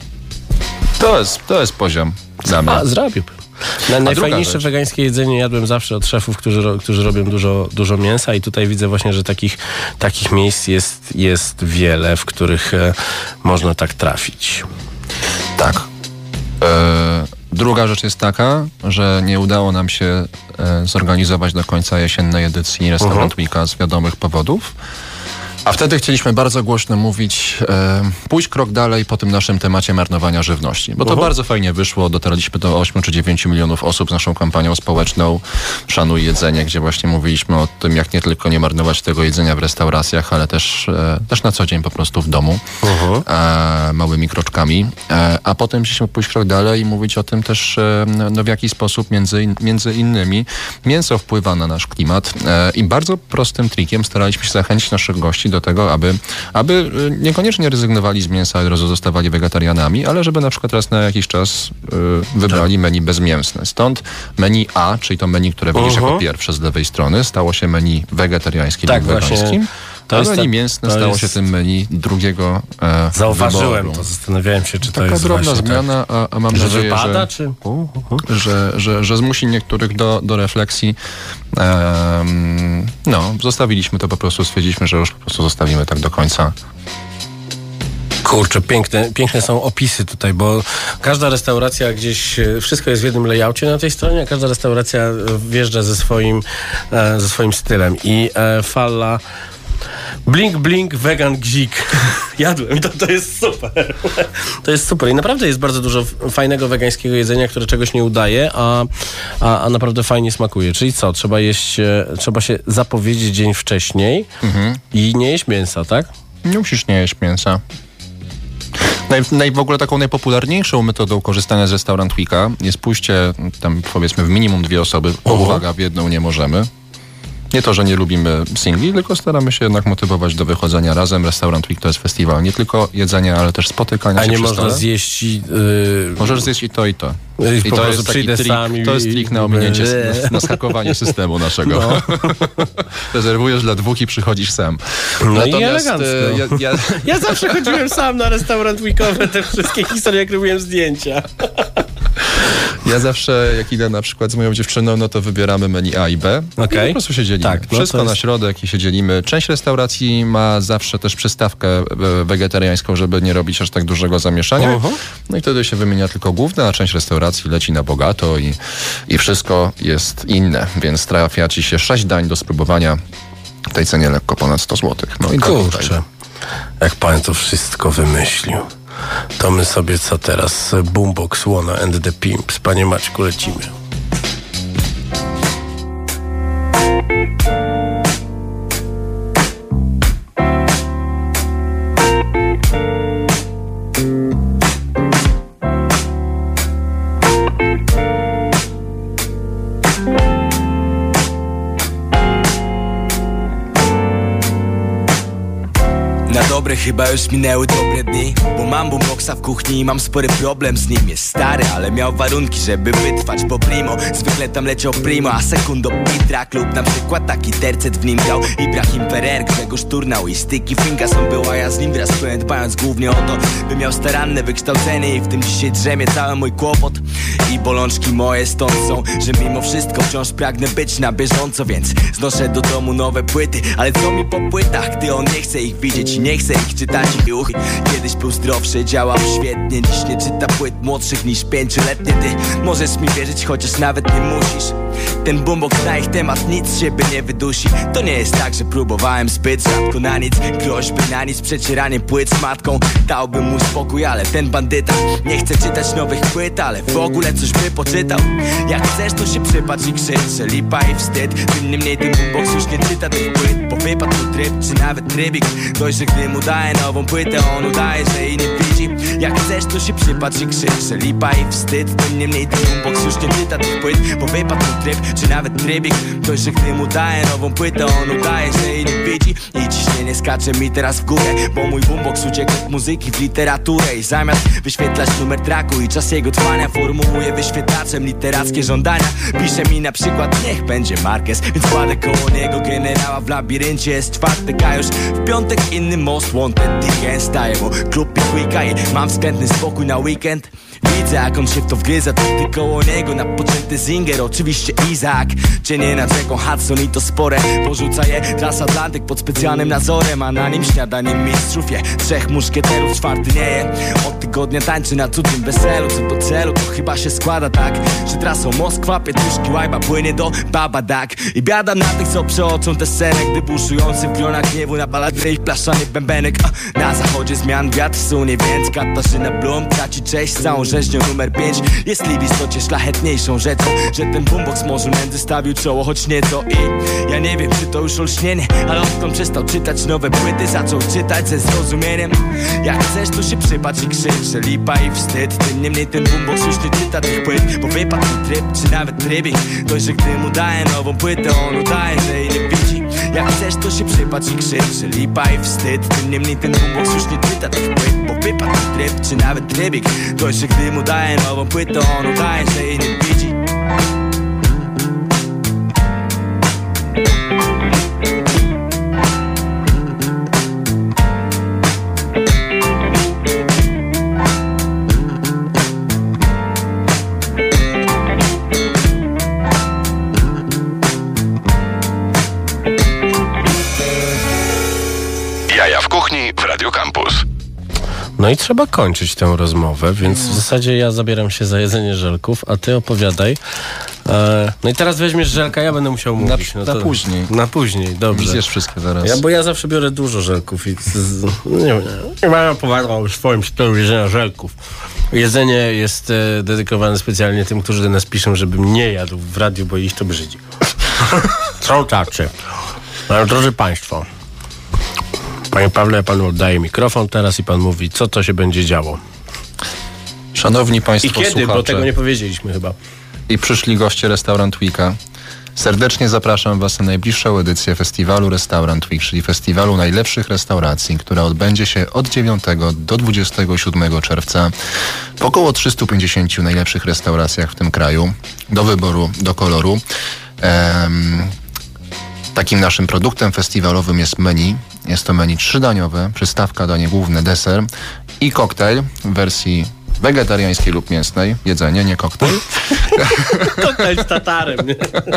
To jest, to jest poziom dla mnie. A, zrobiłbym. Na, najfajniejsze wegańskie jedzenie jadłem zawsze od szefów, którzy, ro, którzy robią dużo, dużo mięsa i tutaj widzę właśnie, że takich, takich miejsc jest, jest wiele, w których e, można tak trafić. Tak. E, druga rzecz jest taka, że nie udało nam się e, zorganizować do końca jesiennej edycji Restaurant uh-huh. Weeka z wiadomych powodów. A wtedy chcieliśmy bardzo głośno mówić, e, pójść krok dalej po tym naszym temacie marnowania żywności. Bo to uh-huh. bardzo fajnie wyszło. Dotarliśmy do ośmiu czy dziewięciu milionów osób z naszą kampanią społeczną Szanuj Jedzenie, gdzie właśnie mówiliśmy o tym, jak nie tylko nie marnować tego jedzenia w restauracjach, ale też, e, też na co dzień po prostu w domu, uh-huh. e, małymi kroczkami. E, a potem chcieliśmy pójść krok dalej i mówić o tym też, e, no w jaki sposób między, in, między innymi mięso wpływa na nasz klimat. E, I bardzo prostym trikiem staraliśmy się zachęcić naszych gości do do tego, aby, aby niekoniecznie rezygnowali z mięsa i zostawali wegetarianami, ale żeby na przykład raz na jakiś czas y, wybrali menu bezmięsne. Stąd menu A, czyli to menu, które widzisz uh-huh. jako pierwsze z lewej strony, stało się menu wegetariańskim tak, lub wegańskim. To a menu ta, mięsne stało jest... się tym menu drugiego e, Zauważyłem wyboru. to, zastanawiałem się, czy to Taka jest drobna właśnie zmiana, tak, a, a mam że nadzieję, wypada, że, czy... że, że, że zmusi niektórych do, do refleksji. Um, no, zostawiliśmy to po prostu, stwierdziliśmy, że już po prostu zostawimy tak do końca. Kurczę, piękne, piękne są opisy tutaj, bo każda restauracja gdzieś, wszystko jest w jednym layoutie na tej stronie, a każda restauracja wjeżdża ze swoim, ze swoim stylem. I e, Falla Blink, blink, vegan gzik. Jadłem i to, to jest super. To jest super i naprawdę jest bardzo dużo fajnego wegańskiego jedzenia, które czegoś nie udaje, a, a, a naprawdę fajnie smakuje. Czyli co? Trzeba jeść, trzeba się zapowiedzieć dzień wcześniej mhm. i nie jeść mięsa, tak? Nie musisz nie jeść mięsa. Naj, naj, w ogóle taką najpopularniejszą metodą korzystania z Restaurant Weeka jest pójście tam powiedzmy w minimum dwie osoby. O, uwaga, w jedną nie możemy. Nie to, że nie lubimy singli, tylko staramy się jednak motywować do wychodzenia razem. Restaurant Week to jest festiwal nie tylko jedzenia, ale też spotykania A się. A nie przy można stole. zjeść... Yy... Możesz zjeść i to, i to. I, I to jest taki trik, to jest trik na ominięcie, na, na skakowanie systemu naszego. No. Rezerwujesz dla dwóch i przychodzisz sam. No natomiast, i elegancko. Ja, ja... ja zawsze chodziłem sam na restaurant weekowy, te wszystkie historie, jak robiłem zdjęcia. Ja zawsze, jak idę na przykład z moją dziewczyną, no to wybieramy menu A i B. Okay. I po prostu się dzielimy. Tak, no Wszystko jest... na środek i się dzielimy. Część restauracji ma zawsze też przystawkę wegetariańską, żeby nie robić aż tak dużego zamieszania. Uh-huh. No i wtedy się wymienia tylko główne, a część restauracji leci na bogato i, i wszystko jest inne. Więc trafia ci się sześć dań do spróbowania w tej cenie lekko ponad sto złotych. No i kurczę, tak jak pan to wszystko wymyślił. To my sobie co teraz? Boombox, Łona and the Pimps. Panie Maćku, lecimy. chyba już minęły dobre dni, bo mam boomboxa w kuchni i mam spory problem z nim. Jest stary, ale miał warunki, żeby wytrwać po primo. Zwykle tam leciał primo, a sekundo pitrak lub na przykład taki tercet w nim grał Ibrahim Ferrer, Grzegorz Turnał i Sticky Fingers. On był, a ja z nim wraz byłem, dbając głównie o to, by miał staranne wykształcenie i w tym dzisiaj drzemie cały mój kłopot. I bolączki moje stąd są, że mimo wszystko wciąż pragnę być na bieżąco, więc znoszę do domu nowe płyty. Ale co mi po płytach, gdy on nie chce ich widzieć i nie chce ich czytać i uch. Kiedyś był zdrowszy, działał świetnie, dziś nie czyta płyt młodszych niż pięcioletnie. Ty możesz mi wierzyć, chociaż nawet nie musisz. Ten boombox na ich temat nic z siebie nie wydusi. To nie jest tak, że próbowałem zbyt rzadko na nic, groźby na nic, przecieranie płyt z matką. Dałbym mu spokój, ale ten bandyta nie chce czytać nowych płyt, ale w ogóle coś by poczytał. Jak chcesz, to się przypatrz i krzycz, że lipa i wstyd. Tym niemniej ten boombox już nie czyta tych płyt, bo wypadł mu tryb, czy nawet trybik. Dość, że gdy mu daje nową płytę, on udaje, że jej nie widzi. Jak chcesz, to się przypatrz i krzycz, że lipa i wstyd. Tym niemniej ten boombox już nie czyta tych płyt, bo wypadł mu tryb, czy nawet trybik. Dość, że gdy mu daje nową płytę, on udaje, że jej nie widzi. I ciśnienie skacze mi teraz w górę, bo mój boombox uciekł od muzyki w literaturę. I zamiast wyświetlać numer traku i czas jego trwania, formułuje wyświetlaczem literackie żądania. Pisze mi na przykład, niech będzie Marquez, więc kładę koło niego generała w labiryncie. Jest czwartek, a już w piątek inny most wanted. Weekend staje, bo klub i quick, i mam względny spokój na weekend. Widzę, jak on się w to wgryza, to ty koło niego napoczęty zinger, oczywiście Izak. Cienie nad rzeką Hudson i to spore, porzuca je transatlantyk pod specjalnym nadzorem, a na nim śniadanie mistrzów je trzech muszkieterów, czwarty nie je. Od tygodnia tańczy na cudzym weselu, co do celu to chyba się składa tak, że trasą Moskwa, Pietruszki, Łajba płynie do Babadak. I biada na tych, co przeoczą te sceny, gdy buszujący w gronach gniewu na baladry i plaszany bębenek. A na zachodzie zmian wiatr sunie, więc Katarzyna Blum traci cześć całą rzeźnią numer pięć. Jest w istocie szlachetniejszą rzeczą, że ten boombox może między stawił czoło choć nieco. I ja nie wiem, czy to już olśnienie, ale odkąd przestał czytać nowe płyty, zaczął czytać ze zrozumieniem. Jak chcesz, to się przypatrz i krzycz, że lipa i wstyd. Tym niemniej ten boombox już nie czyta tych płyt, bo wypadł mi tryb, czy nawet trybik. Dość, że gdy mu daje nową płytę, on udaje, że jej nie widzi. Jak chcesz, to się przypatrz i krzycz, że lipa i wstyd. Tym niemniej ten boombox już nie czyta tych płyt, bo wypadł mi tryb, czy nawet trybik. Dość, że gdy mu daje nową płytę, on udaje, że jej nie widzi. Jaja w kuchni w Radio Campus. No i trzeba kończyć tę rozmowę, więc w zasadzie ja zabieram się za jedzenie żelków, a ty opowiadaj. E, no i teraz weźmiesz żelka, ja będę musiał mówić. Na, no to, na później. Na później, dobrze. Zjesz wszystkie zaraz. Ja, bo ja zawsze biorę dużo żelków i z, z, nie, nie, nie mam opowiadał o swoim stylu jedzenia żelków. Jedzenie jest e, dedykowane specjalnie tym, którzy do nas piszą, żebym nie jadł w radiu, bo ich to brzydzi. Są tacy. No, drodzy Państwo, Panie Pawle, ja panu oddaję mikrofon teraz i pan mówi, co to się będzie działo. Szanowni Państwo I kiedy, słuchacze, bo tego nie powiedzieliśmy chyba. I przyszli goście Restaurant Weeka. Serdecznie zapraszam Was na najbliższą edycję festiwalu Restaurant Week, czyli festiwalu najlepszych restauracji, która odbędzie się od dziewiątego do dwudziestego siódmego czerwca w około trzystu pięćdziesięciu najlepszych restauracjach w tym kraju. Do wyboru, do koloru. Ehm, takim naszym produktem festiwalowym jest menu. Jest to menu trzydaniowe, przystawka, danie główne, deser i koktajl w wersji wegetariańskiej lub mięsnej. Jedzenie, nie koktajl. Koktajl z tatarem, nie?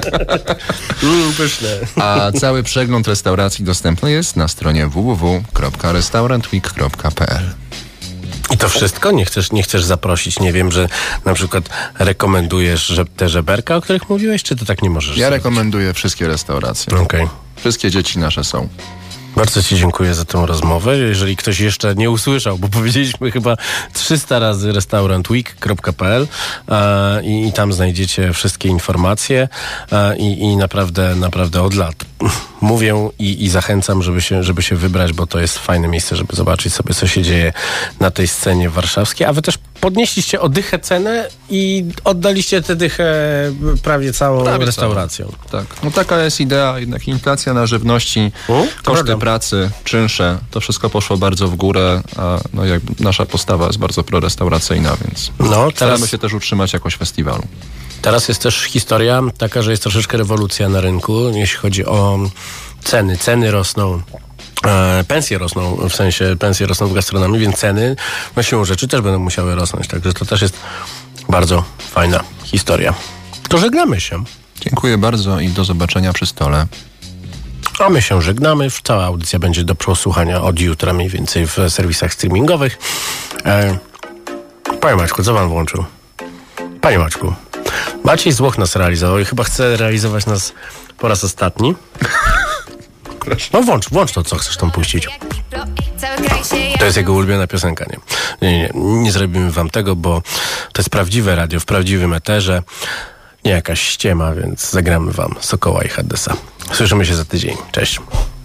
Mm, pyszne. A cały przegląd restauracji dostępny jest na stronie w w w kropka restaurant week kropka p l. I to wszystko? Nie chcesz, nie chcesz zaprosić? Nie wiem, że na przykład rekomendujesz że te żeberka, o których mówiłeś, czy to tak nie możesz Ja zrobić? rekomenduję wszystkie restauracje. Okej. Okay. Wszystkie dzieci nasze są. Bardzo Ci dziękuję za tę rozmowę. Jeżeli ktoś jeszcze nie usłyszał, bo powiedzieliśmy chyba trzysta razy restaurant week kropka p l e, i, i tam znajdziecie wszystkie informacje e, i, i naprawdę, naprawdę od lat mówię i, i zachęcam, żeby się, żeby się wybrać, bo to jest fajne miejsce, żeby zobaczyć sobie, co się dzieje na tej scenie warszawskiej. A wy też podnieśliście o dychę cenę i oddaliście tę dychę prawie całą prawie restauracją. Całą. Tak. No taka jest idea, jednak inflacja na żywności, hmm? koszty pracy, czynsze, to wszystko poszło bardzo w górę, a no jakby nasza postawa jest bardzo prorestauracyjna, więc no, teraz... staramy się też utrzymać jakoś festiwalu. Teraz jest też historia taka, że jest troszeczkę rewolucja na rynku, jeśli chodzi o ceny. Ceny rosną. E, pensje rosną, w sensie pensje rosną w gastronomii, więc ceny na siłą rzeczy też będą musiały rosnąć. Także to też jest bardzo fajna historia. To żegnamy się. Dziękuję bardzo i do zobaczenia przy stole. A my się żegnamy. Cała audycja będzie do przesłuchania od jutra mniej więcej w serwisach streamingowych. E, Panie Maćku, co pan włączył? Panie Maćku, Maciej Złoch nas realizował i chyba chce realizować nas po raz ostatni. No włącz, włącz to, co chcesz tam puścić. To jest jego ulubiona piosenka, nie? Nie, nie, nie zrobimy wam tego, bo to jest prawdziwe radio w prawdziwym eterze. Nie jakaś ściema, więc zagramy wam Sokoła i Haddesa. Słyszymy się za tydzień. Cześć.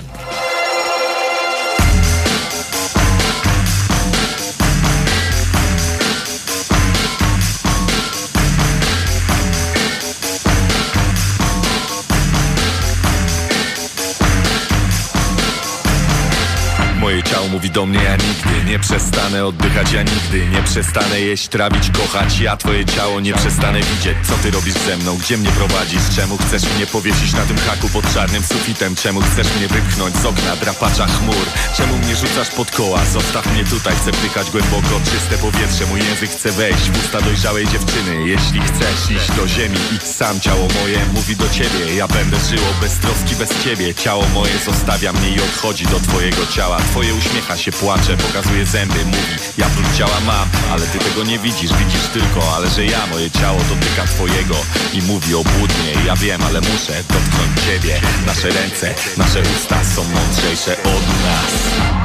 Moje ciało mówi do mnie, ja nigdy nie przestanę oddychać, ja nigdy nie przestanę jeść, trawić, kochać. Ja twoje ciało nie przestanę widzieć. Co ty robisz ze mną? Gdzie mnie prowadzisz? Czemu chcesz mnie powiesić na tym haku pod czarnym sufitem? Czemu chcesz mnie wypchnąć z okna drapacza chmur? Czemu mnie rzucasz pod koła? Zostaw mnie tutaj, chcę wdychać głęboko czyste powietrze. Mój język chce wejść w usta dojrzałej dziewczyny. Jeśli chcesz iść do ziemi, idź sam. Ciało moje mówi do ciebie, ja będę żyło bez troski, bez ciebie. Ciało moje zostawia mnie i odchodzi do twojego ciała. Twoje uśmiecha się, płacze, pokazuje zęby, mówi: ja próg ciała mam, ale ty tego nie widzisz, widzisz tylko, ale że ja, moje ciało dotyka twojego i mówi obłudnie. Ja wiem, ale muszę dotknąć ciebie. Nasze ręce, nasze usta są mądrzejsze od nas.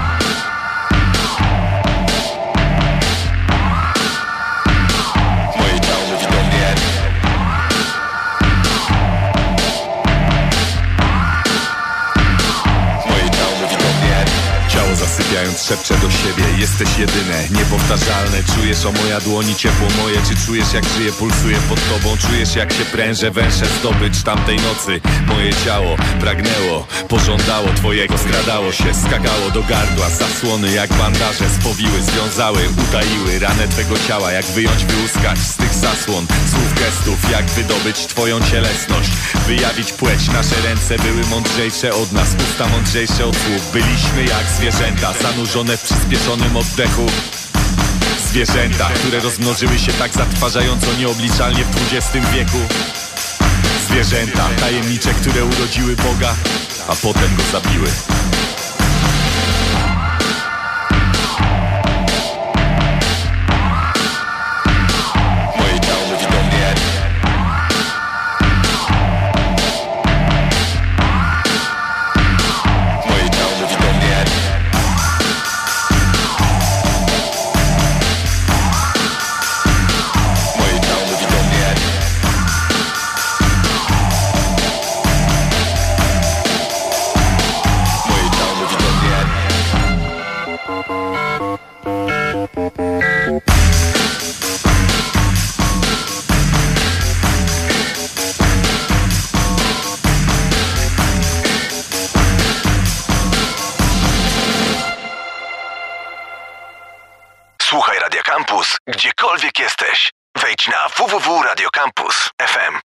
Zasypiając szepczę do siebie: jesteś jedyne, niepowtarzalne. Czujesz o moja dłoni ciepło moje? Czy czujesz jak żyje, pulsuje pod tobą? Czujesz jak się prężę, węszę zdobycz tamtej nocy? Moje ciało pragnęło, pożądało twojego, skradało się, skakało do gardła. Zasłony jak bandaże spowiły, związały, utaiły ranę twego ciała. Jak wyjąć, wyłuskać z tych zasłon słów, gestów, jak wydobyć twoją cielesność, wyjawić płeć. Nasze ręce były mądrzejsze od nas, usta mądrzejsze od słów. Byliśmy jak zwierzęta, zanurzone w przyspieszonym oddechu. Zwierzęta, które rozmnożyły się tak zatrważająco nieobliczalnie w dwudziestym wieku. Zwierzęta tajemnicze, które urodziły Boga, a potem go zabiły. Moje ciało mówi do mnie. Moje ciało mówi do mnie. Moje ciało mówi do mnie. Moje ciało mówi do mnie. Słuchaj Radia Campus, gdziekolwiek jesteś. Wejdź na w w w kropka radio campus kropka f m.